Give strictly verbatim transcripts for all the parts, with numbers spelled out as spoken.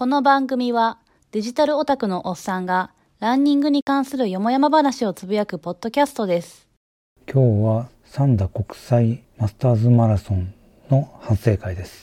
この番組はデジタルオタクのおっさんがランニングに関するよもやま話をつぶやくポッドキャストです。 今日は三田国際マスターズマラソンの反省会です。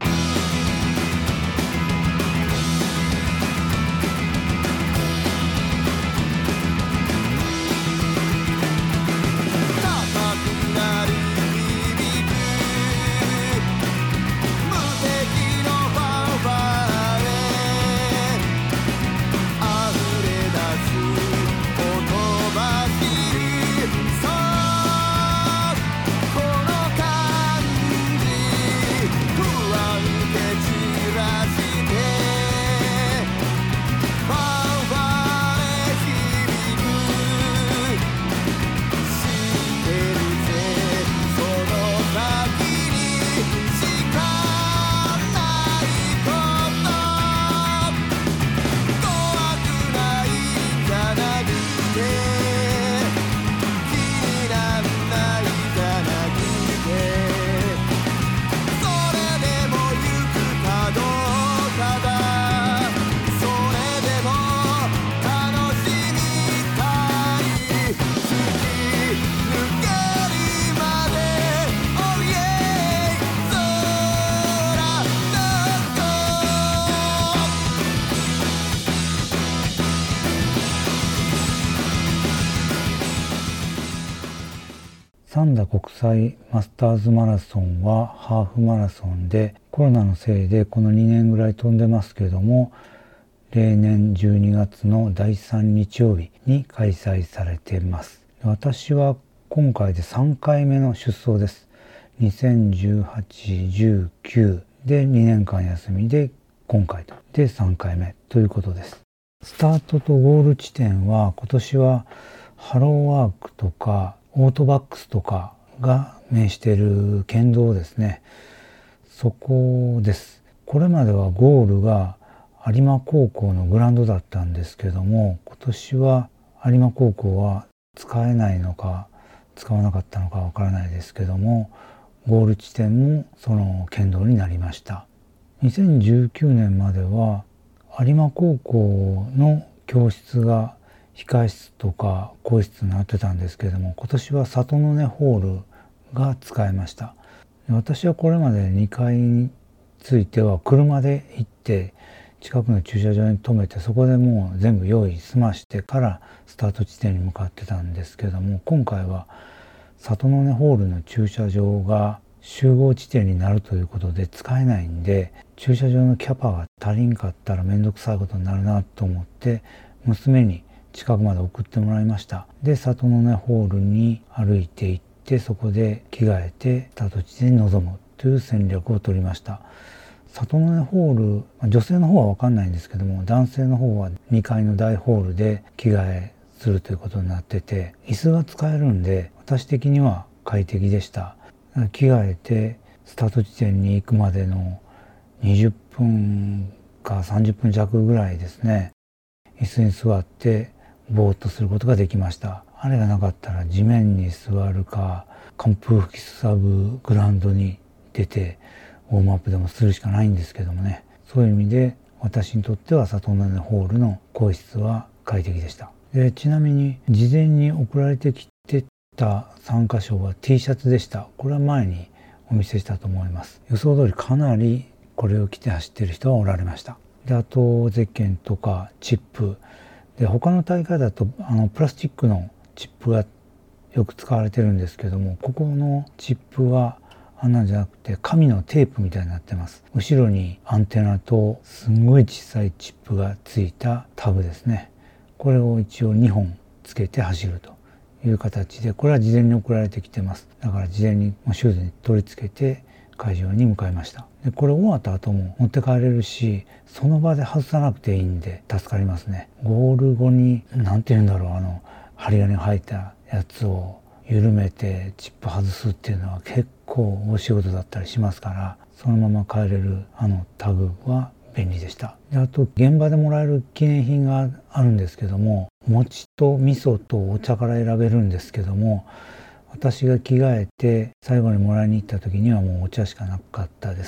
三田国際マスターズマラソンはハーフマラソンで、コロナのせいでこのにねんぐらい飛んでますけども、例年じゅうにがつのだいさん日曜日に開催されています。私は今回でさんかいめの出走です。にせんじゅうはち、じゅうきゅうでにねんかん休みで今回とでさんかいめということです。スタートとゴール地点は今年はハローワークとかオートバックスとかが面している県道ですね。そこです。これまではゴールが有馬高校のグラウンドだったんですけども、今年は有馬高校は使えないのか使わなかったのかわからないですけども、ゴール地点もその県道になりました。にせんじゅうきゅうねんまでは有馬高校の教室が控室とか更衣室になってたんですけれども、今年は里の根ホールが使えました。私はこれまでにかいについては車で行って近くの駐車場に停めて、そこでもう全部用意済ましてからスタート地点に向かってたんですけれども、今回は里の根ホールの駐車場が集合地点になるということで使えないんで、駐車場のキャパが足りんかったらめんどくさいことになるなと思って、娘に近くまで送ってもらいました。で、里の根ホールに歩いて行って、そこで着替えてスタート地点に臨むという戦略を取りました。里の根ホール、女性の方は分かんないんですけども、男性の方はにかいの大ホールで着替えするということになってて、椅子が使えるんで私的には快適でした。着替えてスタート地点に行くまでのにじゅっぷんかさんじゅっぷん弱ぐらいですね、椅子に座ってぼーっとすることができました。あれがなかったら地面に座るか、寒風吹きすさぶグラウンドに出てウォームアップでもするしかないんですけどもね。そういう意味で私にとっては里の根ホールの更衣室は快適でした。で、ちなみに事前に送られてきてた参加賞は T シャツでした。これは前にお見せしたと思います。予想通りかなりこれを着て走っている人はおられました。で、あとゼッケンとかチップで、他の大会だとあのプラスチックのチップがよく使われてるんですけども、ここのチップはあんなんじゃなくて紙のテープみたいになってます。後ろにアンテナとすんごい小さいチップがついたタグですね。これを一応にほんつけて走るという形で、これは事前に送られてきてます。だから事前にシューズに取り付けて会場に向かいました。で、これ終わった後も持って帰れるし、その場で外さなくていいんで助かりますね。ゴール後に何て言うんだろう、あの針金が入ったやつを緩めてチップ外すっていうのは結構大仕事だったりしますから、そのまま帰れるあのタグは便利でした。で、あと現場でもらえる記念品があるんですけども、餅と味噌とお茶から選べるんですけども、私が着替えて最後にもらいに行った時にはもうお茶しかなかったです。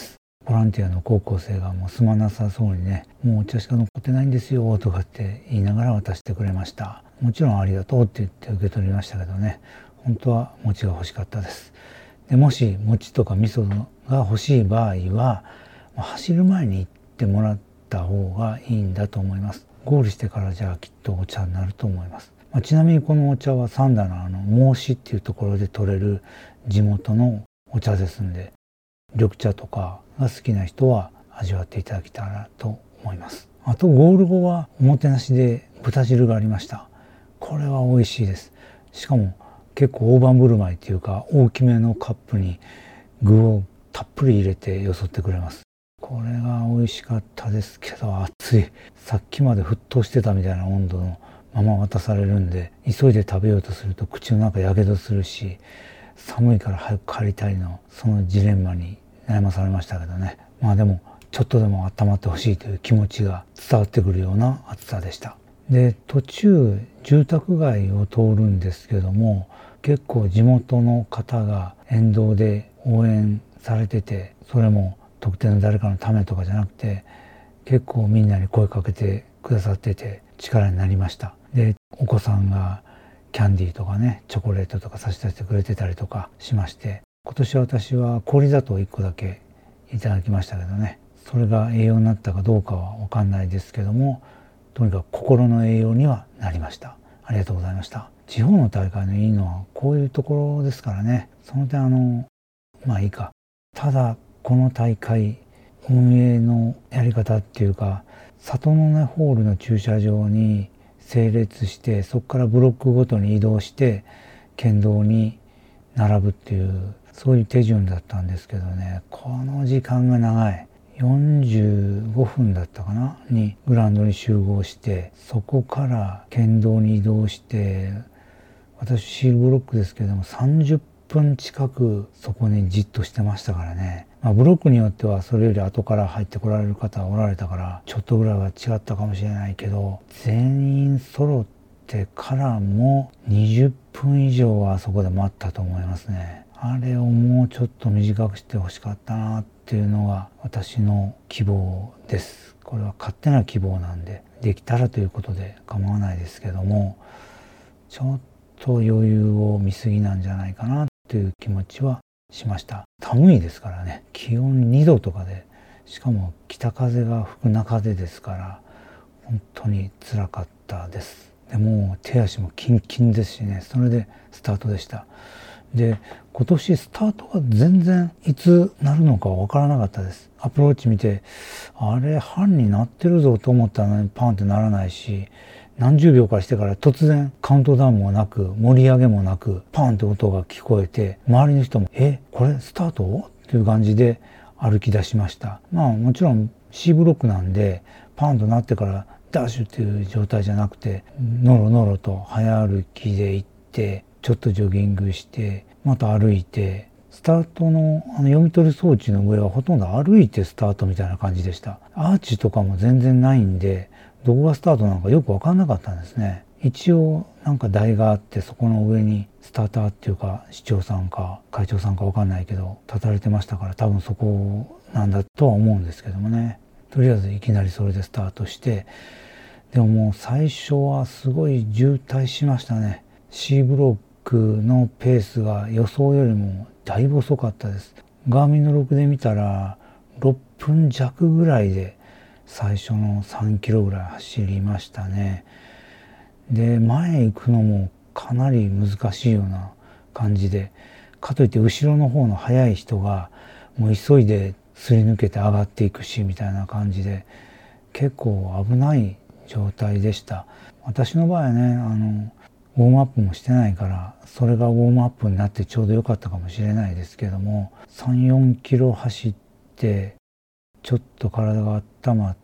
ボランティアの高校生がもうすまなさそうにね、もうお茶しか残ってないんですよとかって言いながら渡してくれました。もちろんありがとうって言って受け取りましたけどね、本当は餅が欲しかったです。でもし餅とか味噌が欲しい場合は、走る前に行ってもらった方がいいんだと思います。ゴールしてからじゃあきっとお茶になると思います。まあ、ちなみにこのお茶は三田のあの孟子っていうところで取れる地元のお茶ですんで、緑茶とかが好きな人は味わっていただけたらと思います。あとゴール後はおもてなしで豚汁がありました。これは美味しいです。しかも結構大盤振る舞いっていうか、大きめのカップに具をたっぷり入れてよそってくれます。これが美味しかったですけど、熱い。さっきまで沸騰してたみたいな温度のまま渡されるんで、急いで食べようとすると口の中やけどするし、寒いから早く帰りたいの、そのジレンマに悩まされましたけどね。まあでもちょっとでも温まってほしいという気持ちが伝わってくるような暑さでした。で、途中住宅街を通るんですけども、結構地元の方が沿道で応援されてて、それも特定の誰かのためとかじゃなくて、結構みんなに声かけてくださってて力になりました。で、お子さんがキャンディーとかね、チョコレートとか差し出してくれてたりとかしまして、今年私は氷砂糖いっこだけいただきましたけどね、それが栄養になったかどうかは分かんないですけども、とにかく心の栄養にはなりました。ありがとうございました。地方の大会のいいのはこういうところですからね。その点あのまあいいか。ただこの大会運営のやり方っていうか、里の根ホールの駐車場に整列して、そこからブロックごとに移動して県道に並ぶっていう、そういう手順だったんですけどね、この時間が長い。よんじゅうごふんだったかなにグラウンドに集合して、そこから県道に移動して、私シールブロックですけどもさんじゅっぷん近くそこにじっとしてましたからね。まあ、ブロックによってはそれより後から入ってこられる方はおられたからちょっとぐらいは違ったかもしれないけど、全員揃ってからもにじゅっぷん以上はそこで待ったと思いますね。あれをもうちょっと短くしてほしかったなっていうのが私の希望です。これは勝手な希望なんで、できたらということで構わないですけども、ちょっと余裕を見過ぎなんじゃないかなという気持ちはしました。寒いですからね、気温にどとかで、しかも北風が吹く中でですから本当に辛かったです。でも手足もキンキンですしね、それでスタートでした。で、今年スタートが全然いつなるのかわからなかったです。アプローチ見て、あれ半になってるぞと思ったのにパンってならないし、何十秒かしてから突然カウントダウンもなく盛り上げもなくパンって音が聞こえて、周りの人もえこれスタートっていう感じで歩き出しました。まあもちろん C ブロックなんでパンとなってからダッシュっていう状態じゃなくて、ノロノロと早歩きで行ってちょっとジョギングしてまた歩いて、スタートのあの読み取り装置の上はほとんど歩いてスタートみたいな感じでした。アーチとかも全然ないんで、どこがスタートなのかよく分かんなかったんですね。一応なんか台があって、そこの上にスターターっていうか市長さんか会長さんか分かんないけど立たれてましたから、多分そこなんだとは思うんですけどもね。とりあえずいきなりそれでスタートして、でももう最初はすごい渋滞しましたね。C ブロックのペースが予想よりもだいぶ遅かったです。ガーミンのログで見たらろっぷん弱ぐらいで最初のさんキロぐらい走りましたね。で、前行くのもかなり難しいような感じで、かといって後ろの方の速い人がもう急いですり抜けて上がっていくしみたいな感じで、結構危ない状態でした。私の場合はね、あのウォームアップもしてないから、それがウォームアップになってちょうど良かったかもしれないですけども、さん、よんキロ走ってちょっと体が温まって、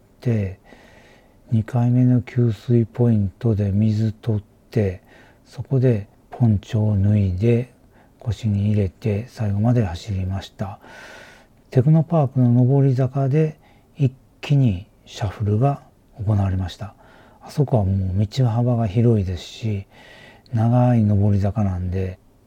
にかいめの給水ポイントで水取って、そこでポンチョを脱いで腰に入れて最後まで走りました。テクノパークの上り坂で一気にシャッフルが行われました。あそこはもう道幅が広いですし、長い上り坂なんで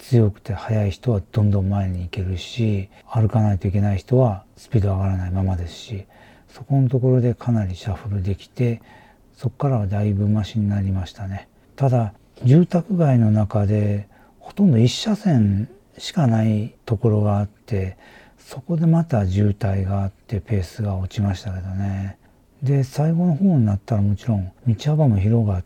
強くて速い人はどんどん前に行けるし、歩かないといけない人はスピード上がらないままですし、そこのところでかなりシャッフルできて、そこからはだいぶマシになりましたね。ただ住宅街の中でほとんど一車線しかないところがあって、そこでまた渋滞があってペースが落ちましたけどね。で最後の方になったらもちろん道幅も広がって、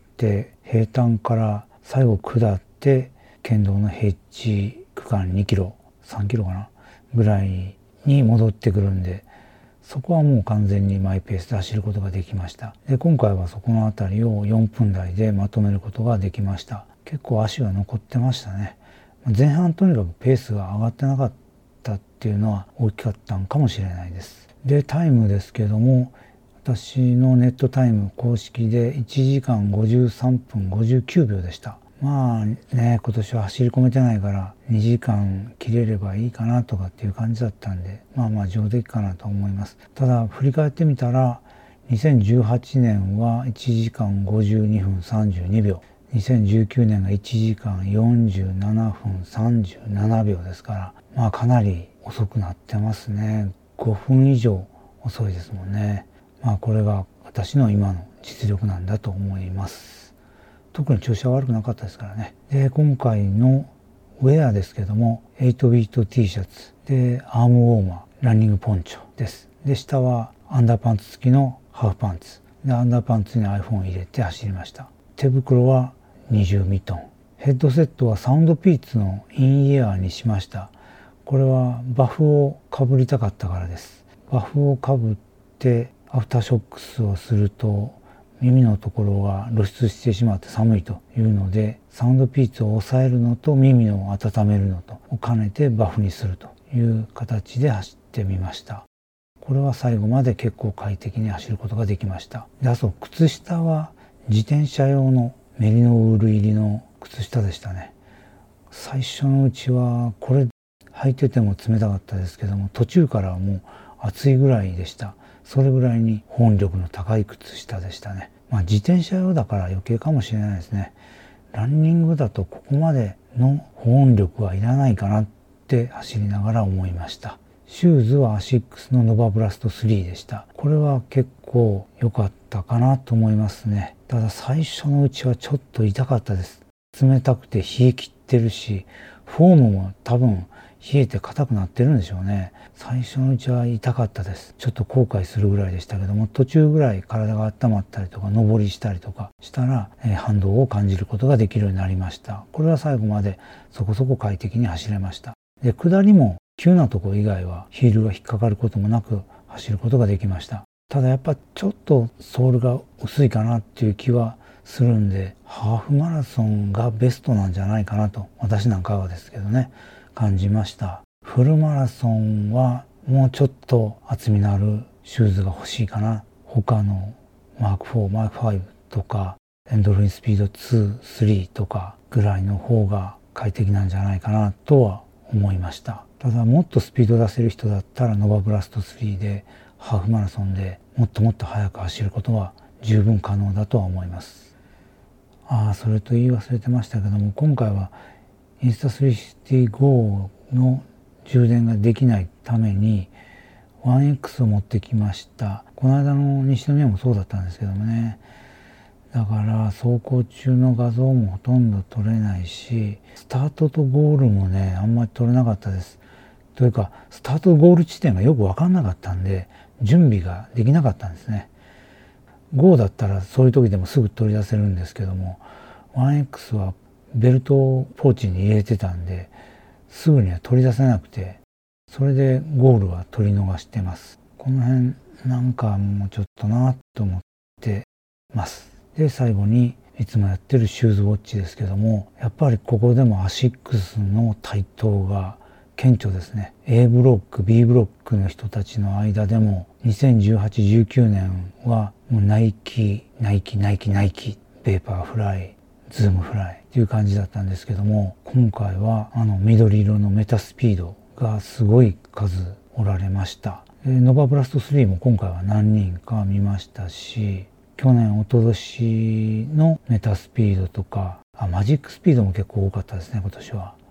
平坦から最後下って県道の平地区間にキロさんキロかなぐらいに戻ってくるんで、そこはもう完全にマイペースで走ることができました。で今回はそこの辺りをよんぷん台でまとめることができました。結構足は残ってましたね。前半とにかくペースが上がってなかったっていうのは大きかったんかもしれないです。でタイムですけども、私のネットタイム公式でいちじかんごじゅうさんぷんごじゅうきゅうびょうでした。まあね、今年は走り込めてないからにじかん切れればいいかなとかっていう感じだったんで、まあまあ上出来かなと思います。ただ振り返ってみたらにせんじゅうはちねんはいちじかんごじゅうにふんさんじゅうにびょう、にせんじゅうきゅうねんがいちじかんよんじゅうななふんさんじゅうななびょうですから、まあかなり遅くなってますね。ごふん以上遅いですもんね。まあこれが私の今の実力なんだと思います。特に調子は悪くなかったですからね。で今回のウェアですけども、エイトビート T シャツでアームウォーマー、ランニングポンチョです。で下はアンダーパンツ付きのハーフパンツで、アンダーパンツに iPhone を入れて走りました。手袋はにじゅうミトン、ヘッドセットはサウンドピーツのインイヤーにしました。これはバフをかぶりたかったからです。バフをかぶってアフターショックスをすると耳のところが露出してしまって寒いというので、サウンドピーツを抑えるのと耳を温めるのとを兼ねてバフにするという形で走ってみました。これは最後まで結構快適に走ることができました。であと靴下は自転車用のメリノウール入りの靴下でしたね。最初のうちはこれ履いてても冷たかったですけども、途中からはもう暑いぐらいでした。それぐらいに保温力の高い靴下でしたね。まあ自転車用だから余計かもしれないですね。ランニングだとここまでの保温力はいらないかなって走りながら思いました。シューズはアシックスのノバブラストスリーでした。これは結構良かったかなと思いますね。ただ最初のうちはちょっと痛かったです。冷たくて冷え切ってるし、フォームも多分冷えて硬くなってるんでしょうね。最初のうちは痛かったです。ちょっと後悔するぐらいでしたけども、途中ぐらい体が温まったりとか上りしたりとかしたら、えー、反動を感じることができるようになりました。これは最後までそこそこ快適に走れました。で下りも急なところ以外はヒールが引っかかることもなく走ることができました。ただやっぱちょっとソールが薄いかなっていう気はするんで、ハーフマラソンがベストなんじゃないかなと私なんかはですけどね、感じました。フルマラソンはもうちょっと厚みのあるシューズが欲しいかな。他のマークフォー、マークファイブとかエンドルフィンスピードツー、スリーとかぐらいの方が快適なんじゃないかなとは思いました。ただもっとスピード出せる人だったらノバブラストスリーでハーフマラソンでもっともっと速く走ることは十分可能だとは思います。ああ、それと言い忘れてましたけども、今回はインスタスリーシクスティーゴーの充電ができないために ワンエックス を持ってきました。この間の西宮もそうだったんですけどもね。だから走行中の画像もほとんど撮れないし、スタートとゴールもねあんまり撮れなかったです。というかスタートゴール地点がよく分かんなかったんで準備ができなかったんですね。ゴーだったらそういう時でもすぐ取り出せるんですけども、 ワンエックス はベルトをポーチに入れてたんですぐには取り出せなくて、それでゴールは取り逃してます。この辺なんかもうちょっとなと思ってます。で最後にいつもやってるシューズウォッチですけども、やっぱりここでもアシックスの台頭が顕著ですね。 A ブロック B ブロックの人たちの間でもにせんじゅうはち、じゅうきゅうねんはもうナイキナイキナイキナイキペーパーフライズームフライっていう感じだったんですけども、今回はあの緑色のメタスピードがすごい数おられました。ノバブラストスリーも今回は何人か見ましたし、去年一昨年のメタスピードとかあマジックスピードも結構多かったですね今年は。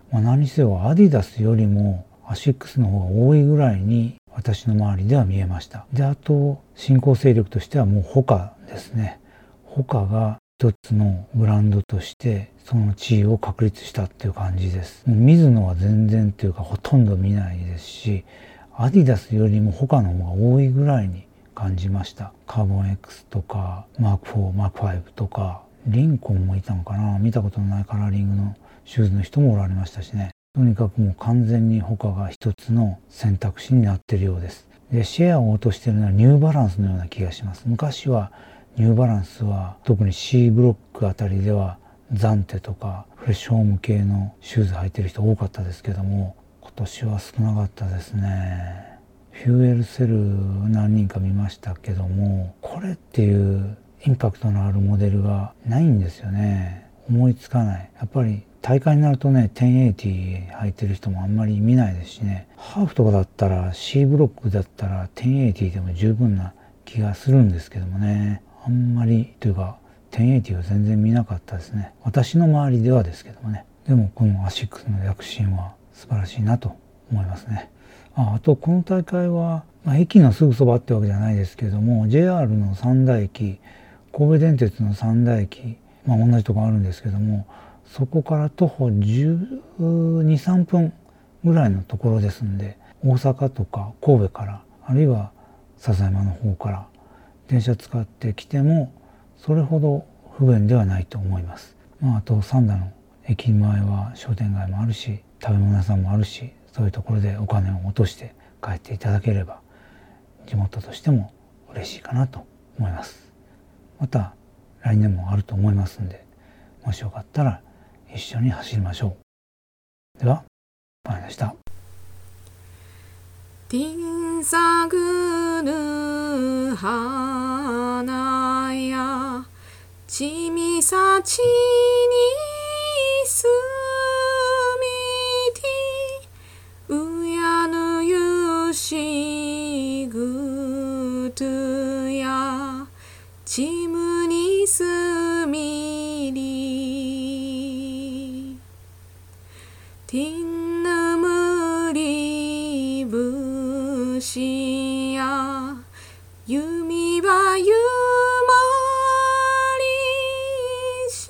まあ、何せよアディダスよりもアシックスの方が多いぐらいに私の周りでは見えました。で、あと新興勢力としてはもうホカですね。ホカが一つのブランドとしてその地位を確立したっていう感じです。もうミズノは全然というかほとんど見ないですし、アディダスよりもホカの方が多いぐらいに感じました。カーボン X とかマークフォー、マークファイブとかリンコンもいたのかな、見たことのないカラーリングのシューズの人もおられましたしね。とにかくもう完全にホカが一つの選択肢になっているようです。で、シェアを落としているのはニューバランスのような気がします。昔はニューバランスは特に C ブロックあたりではザンテとかフレッシュホーム系のシューズ履いてる人多かったですけども、今年は少なかったですね。フューエルセル何人か見ましたけども、これっていうインパクトのあるモデルがないんですよね。思いつかない。やっぱり大会になるとね、じゅうはちじゅう履いてる人もあんまり見ないですしね。ハーフとかだったら C ブロックだったらじゅうはちじゅうでも十分な気がするんですけどもね。あんまりというかじゅうはちじゅうを全然見なかったですね。私の周りではですけどもね。でもこのアシックスの躍進は素晴らしいなと思いますね。あ, あとこの大会は、まあ、駅のすぐそばってわけじゃないですけども ジェイアール の三大駅、神戸電鉄の三大駅、まあ、同じとこあるんですけども、そこから徒歩じゅうに、さんぷんぐらいのところですんで、大阪とか神戸からあるいは笹山の方から電車使ってきてもそれほど不便ではないと思います。まあ、あと三田の駅前は商店街もあるし食べ物屋さんもあるし、そういうところでお金を落として帰っていただければ地元としても嬉しいかなと思います。また来年もあると思いますんで、もしよかったら一緒に走りましょう。では、パンでした。 ティンサグヌ花やちみさちにすみてうやぬゆしぐとやちむにすみりティンヌムリブシや弓はゆまりし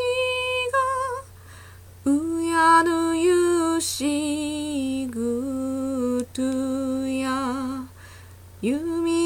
がうやぬゆしぐとや弓